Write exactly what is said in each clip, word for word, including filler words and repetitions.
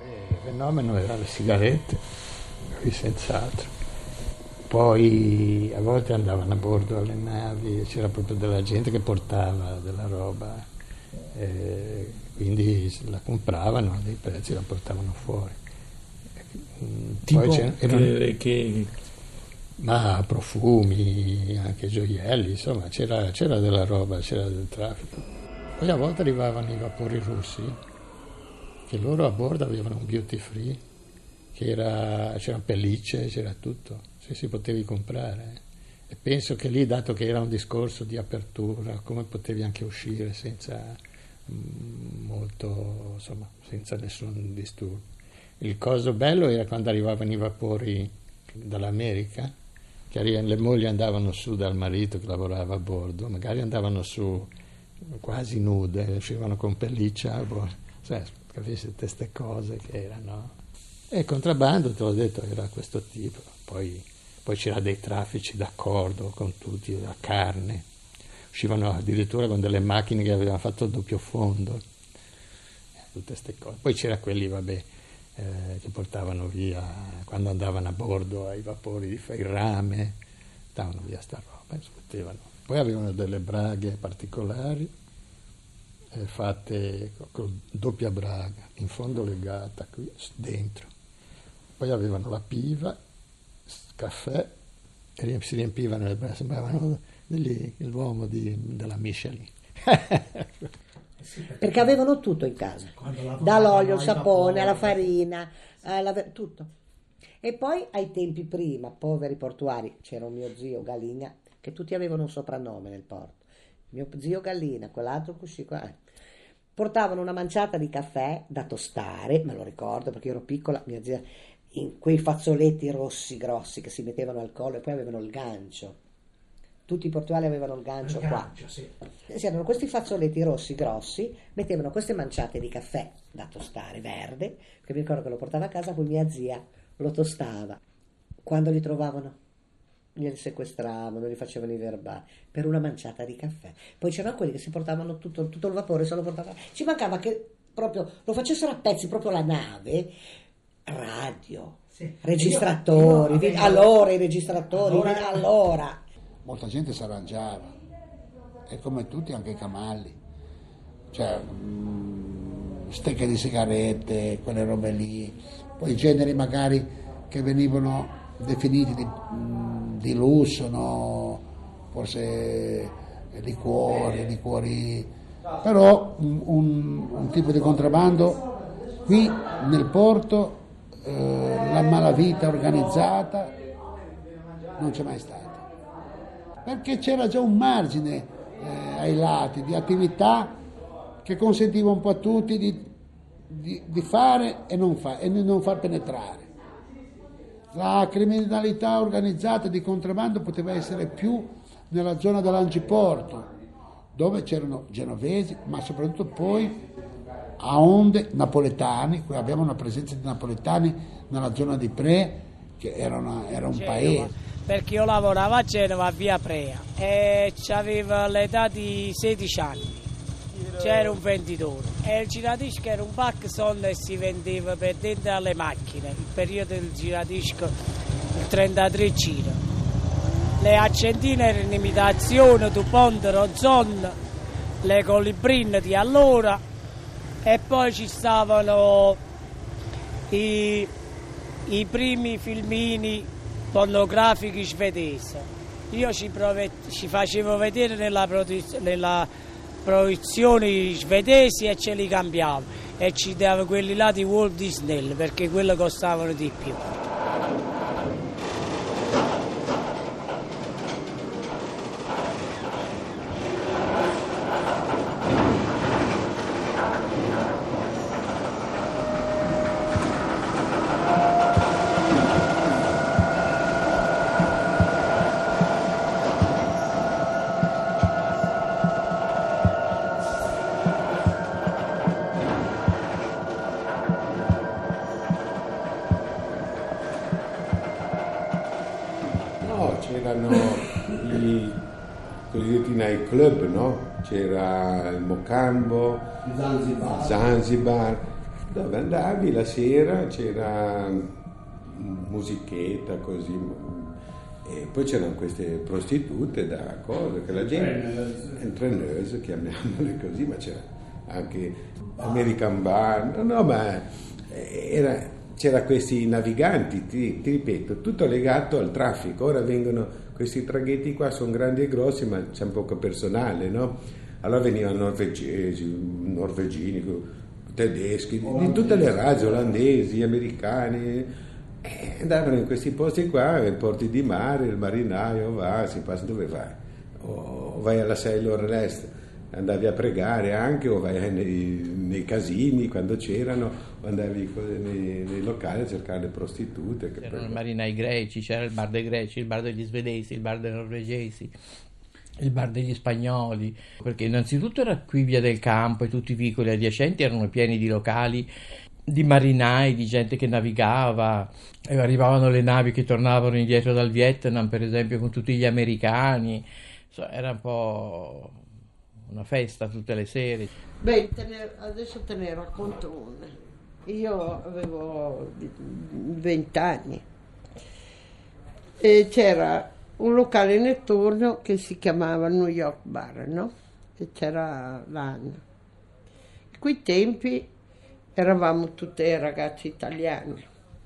Il fenomeno era le sigarette, senz'altro. Poi a volte andavano a bordo alle navi, c'era proprio della gente che portava della roba, eh, quindi la compravano, dei prezzi la portavano fuori. Tipo Poi erano, che, che... ma profumi, anche gioielli, insomma c'era, c'era della roba, c'era del traffico. Poi a volte arrivavano i vapori russi, che loro a bordo avevano un duty free, che era, c'era pellicce, c'era tutto, se si potevi comprare. E penso che lì, dato che era un discorso di apertura, come potevi anche uscire senza mh, molto, insomma, senza nessun disturbo. Il coso bello era quando arrivavano i vapori dall'America, che arri- le mogli andavano su dal marito che lavorava a bordo, magari andavano su quasi nude, uscivano con pelliccia, boh, sai, capisci, tutte queste cose che erano. E il contrabbando, te l'ho detto, era questo tipo. Poi, poi c'era dei traffici d'accordo con tutti, la carne. Uscivano addirittura con delle macchine che avevano fatto il doppio fondo. Tutte queste cose. Poi c'era quelli, vabbè, eh, che portavano via, quando andavano a bordo ai vapori di il rame, davano via sta roba, smettevano. Poi avevano delle braghe particolari, eh, fatte con doppia braga, in fondo legata qui, dentro. Poi avevano la piva, caffè, e si riempivano le braccia, sembravano degli, l'uomo di, della Michelin. Perché avevano tutto in casa, dall'olio, il sapone, alla farina, alla, tutto. E poi ai tempi prima, poveri portuari, c'era un mio zio Gallina, che tutti avevano un soprannome nel porto. Mio zio Gallina, quell'altro così, eh. Portavano una manciata di caffè da tostare, me lo ricordo perché ero piccola, mia zia, in quei fazzoletti rossi grossi che si mettevano al collo, e poi avevano il gancio. Tutti i portuali avevano il gancio, il gancio qua. Sì. Si erano questi fazzoletti rossi grossi, mettevano queste manciate di caffè da tostare, verde, che mi ricordo che lo portava a casa, poi mia zia lo tostava. Quando li trovavano, glieli sequestravano, li facevano i verbali, per una manciata di caffè. Poi c'erano quelli che si portavano tutto, tutto il vapore, se lo portavano. Ci mancava che proprio lo facessero a pezzi, proprio la nave, radio, sì. Registratori, io, io, io, allora i registratori, allora... allora... Molta gente si arrangiava, e come tutti anche i camalli, cioè mh, stecche di sigarette, quelle robe lì, poi i generi magari che venivano definiti di, mh, di lusso, no? Forse liquori, liquori, però un, un, un tipo di contrabbando qui nel porto, eh, la malavita organizzata non c'è mai stata. Perché c'era già un margine eh, ai lati di attività che consentiva un po' a tutti di, di, di fare e non, fa, e non far penetrare. La criminalità organizzata di contrabbando poteva essere più nella zona dell'Angiporto, dove c'erano genovesi, ma soprattutto poi a onde napoletani. Qui abbiamo una presenza di napoletani nella zona di Pre, che era, una, era un Genova, paese. Perché io lavoravo a Genova, a via Prea, e avevo l'età di sedici anni, c'era un venditore e il giradisco era un pack sonno e si vendeva per dentro alle macchine. Il periodo del giradisco, il trentatré giro. Le accendine erano imitazione Dupont, Rozon, le colibrine di allora, e poi ci stavano i, i primi filmini pornografici svedesi. Io ci, prove, ci facevo vedere nella, nella proiezione svedesi e ce li cambiavo, e ci davo quelli là di Walt Disney perché quelli costavano di più. C'erano i cosiddetti night club, no? C'era il Mocambo, il Zanzibar. Zanzibar, dove andavi la sera, c'era musichetta così, e poi c'erano queste prostitute da cosa, che la gente, entreneuse, chiamiamole così, ma c'era anche American Bar, no, ma era, c'era questi naviganti, ti, ti ripeto, tutto legato al traffico. Ora vengono questi traghetti qua, sono grandi e grossi, ma c'è poco personale, no? Allora venivano norvegesi, norvegini, tedeschi, di tutte le razze, olandesi, americani. Eh, andavano in questi posti qua, nei porti di mare, il marinaio va, si passa, dove vai? O vai alla Sailor Rest, andavi a pregare anche, o vai nei, nei casini quando c'erano, o andavi nei, nei locali a cercare le prostitute. Che c'erano i marinai greci, c'era il bar dei greci, il bar degli svedesi, il bar dei norvegesi, il bar degli spagnoli, perché innanzitutto era qui Via del Campo e tutti i vicoli adiacenti erano pieni di locali, di marinai, di gente che navigava, e arrivavano le navi che tornavano indietro dal Vietnam, per esempio, con tutti gli americani. Insomma, era un po' una festa tutte le sere. Beh, te ne, adesso te ne racconto una. Io avevo vent'anni e c'era un locale notturno che si chiamava New York Bar, no? E c'era l'Anna. In quei tempi eravamo tutte ragazze italiane.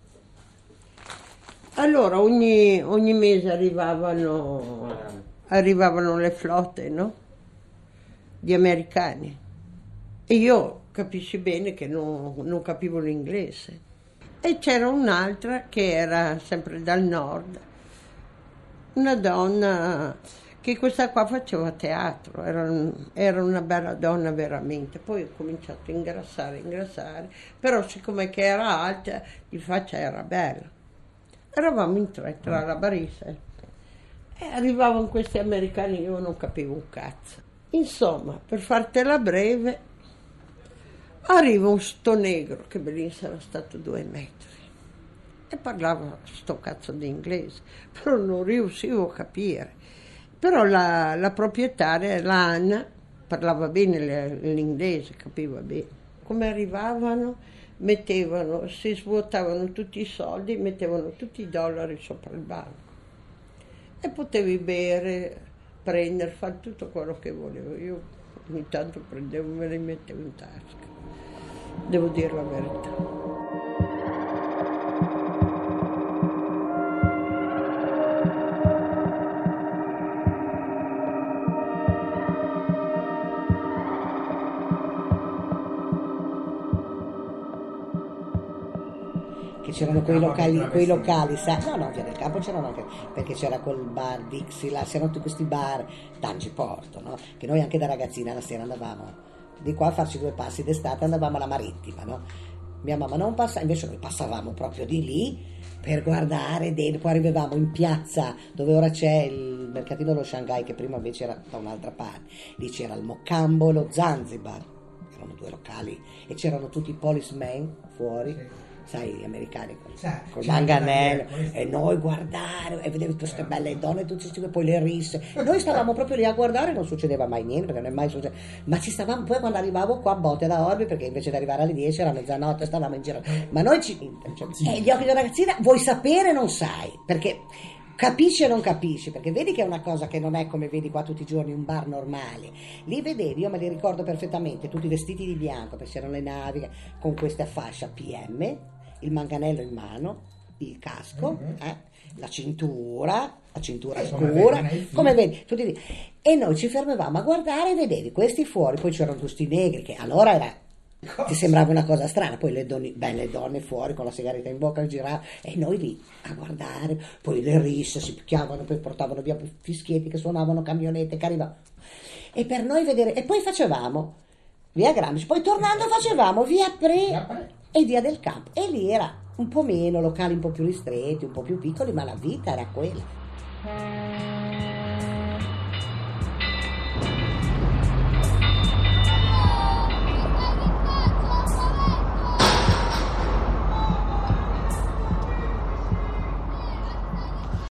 Allora ogni, ogni mese arrivavano, arrivavano le flotte, no? Di americani. E io capisci bene che non, non capivo l'inglese. E c'era un'altra che era sempre dal nord, una donna che questa qua faceva teatro, era, un, era una bella donna veramente. Poi ho cominciato a ingrassare, ingrassare, però siccome che era alta, di faccia era bella. Eravamo in tre, tra la barista e arrivavano questi americani, io non capivo un cazzo. Insomma, per fartela breve, arriva un sto negro, che ben sarà stato due metri, e parlava sto cazzo di inglese, però non riuscivo a capire. Però la, la proprietaria, la Anna, parlava bene l'inglese, capiva bene. Come arrivavano, mettevano, si svuotavano tutti i soldi, mettevano tutti i dollari sopra il banco. E potevi bere, prendere, fare tutto quello che volevo. Io ogni tanto prendevo, me li mettevo in tasca. Devo dire la verità. Che c'erano quei locali, quei locali, sa, no, no, Via del Campo c'erano anche, perché c'era quel bar Dixie, là, c'erano tutti questi bar, Tangi Porto, no? Che noi anche da ragazzina la sera andavamo di qua a farci due passi d'estate, andavamo alla Marittima, no? Mia mamma non passava, invece noi passavamo proprio di lì per guardare dentro, poi arrivavamo in piazza dove ora c'è il mercatino dello Shanghai, che prima invece era da un'altra parte, lì c'era il Mocambo e lo Zanzibar, erano due locali, e c'erano tutti i policemen fuori, sì. Sai, gli americani con, sì, con il manganello, e noi guardare e vedevi queste belle donne, tutti questi, poi le risse, noi stavamo proprio lì a guardare, non succedeva mai niente, perché non è mai successo, ma ci stavamo, poi quando arrivavo qua a botte da Orbi, perché invece di arrivare alle dieci era mezzanotte, stavamo in giro, ma noi ci, cioè, sì. E gli occhi della ragazzina, vuoi sapere non sai, perché capisci e non capisci, perché vedi che è una cosa che non è come vedi qua tutti i giorni un bar normale. Lì vedevi, io me li ricordo perfettamente, tutti vestiti di bianco, perché c'erano le navi con questa fascia P M, il manganello in mano, il casco, mm-hmm. eh, la cintura, la cintura eh, scura, come, come vedi, tutti lì. E noi ci fermavamo a guardare e vedevi questi fuori, poi c'erano questi negri che allora era, ti sembrava una cosa strana, poi le donne, belle donne fuori con la sigaretta in bocca a girare, e noi lì a guardare, poi le risse si picchiavano, poi portavano via fischietti che suonavano, camionette che arrivavano, e per noi vedere, e poi facevamo via Gramsci, poi tornando facevamo via Pre e Via del Campo, e lì era un po' meno, locali un po' più ristretti, un po' più piccoli, ma la vita era quella.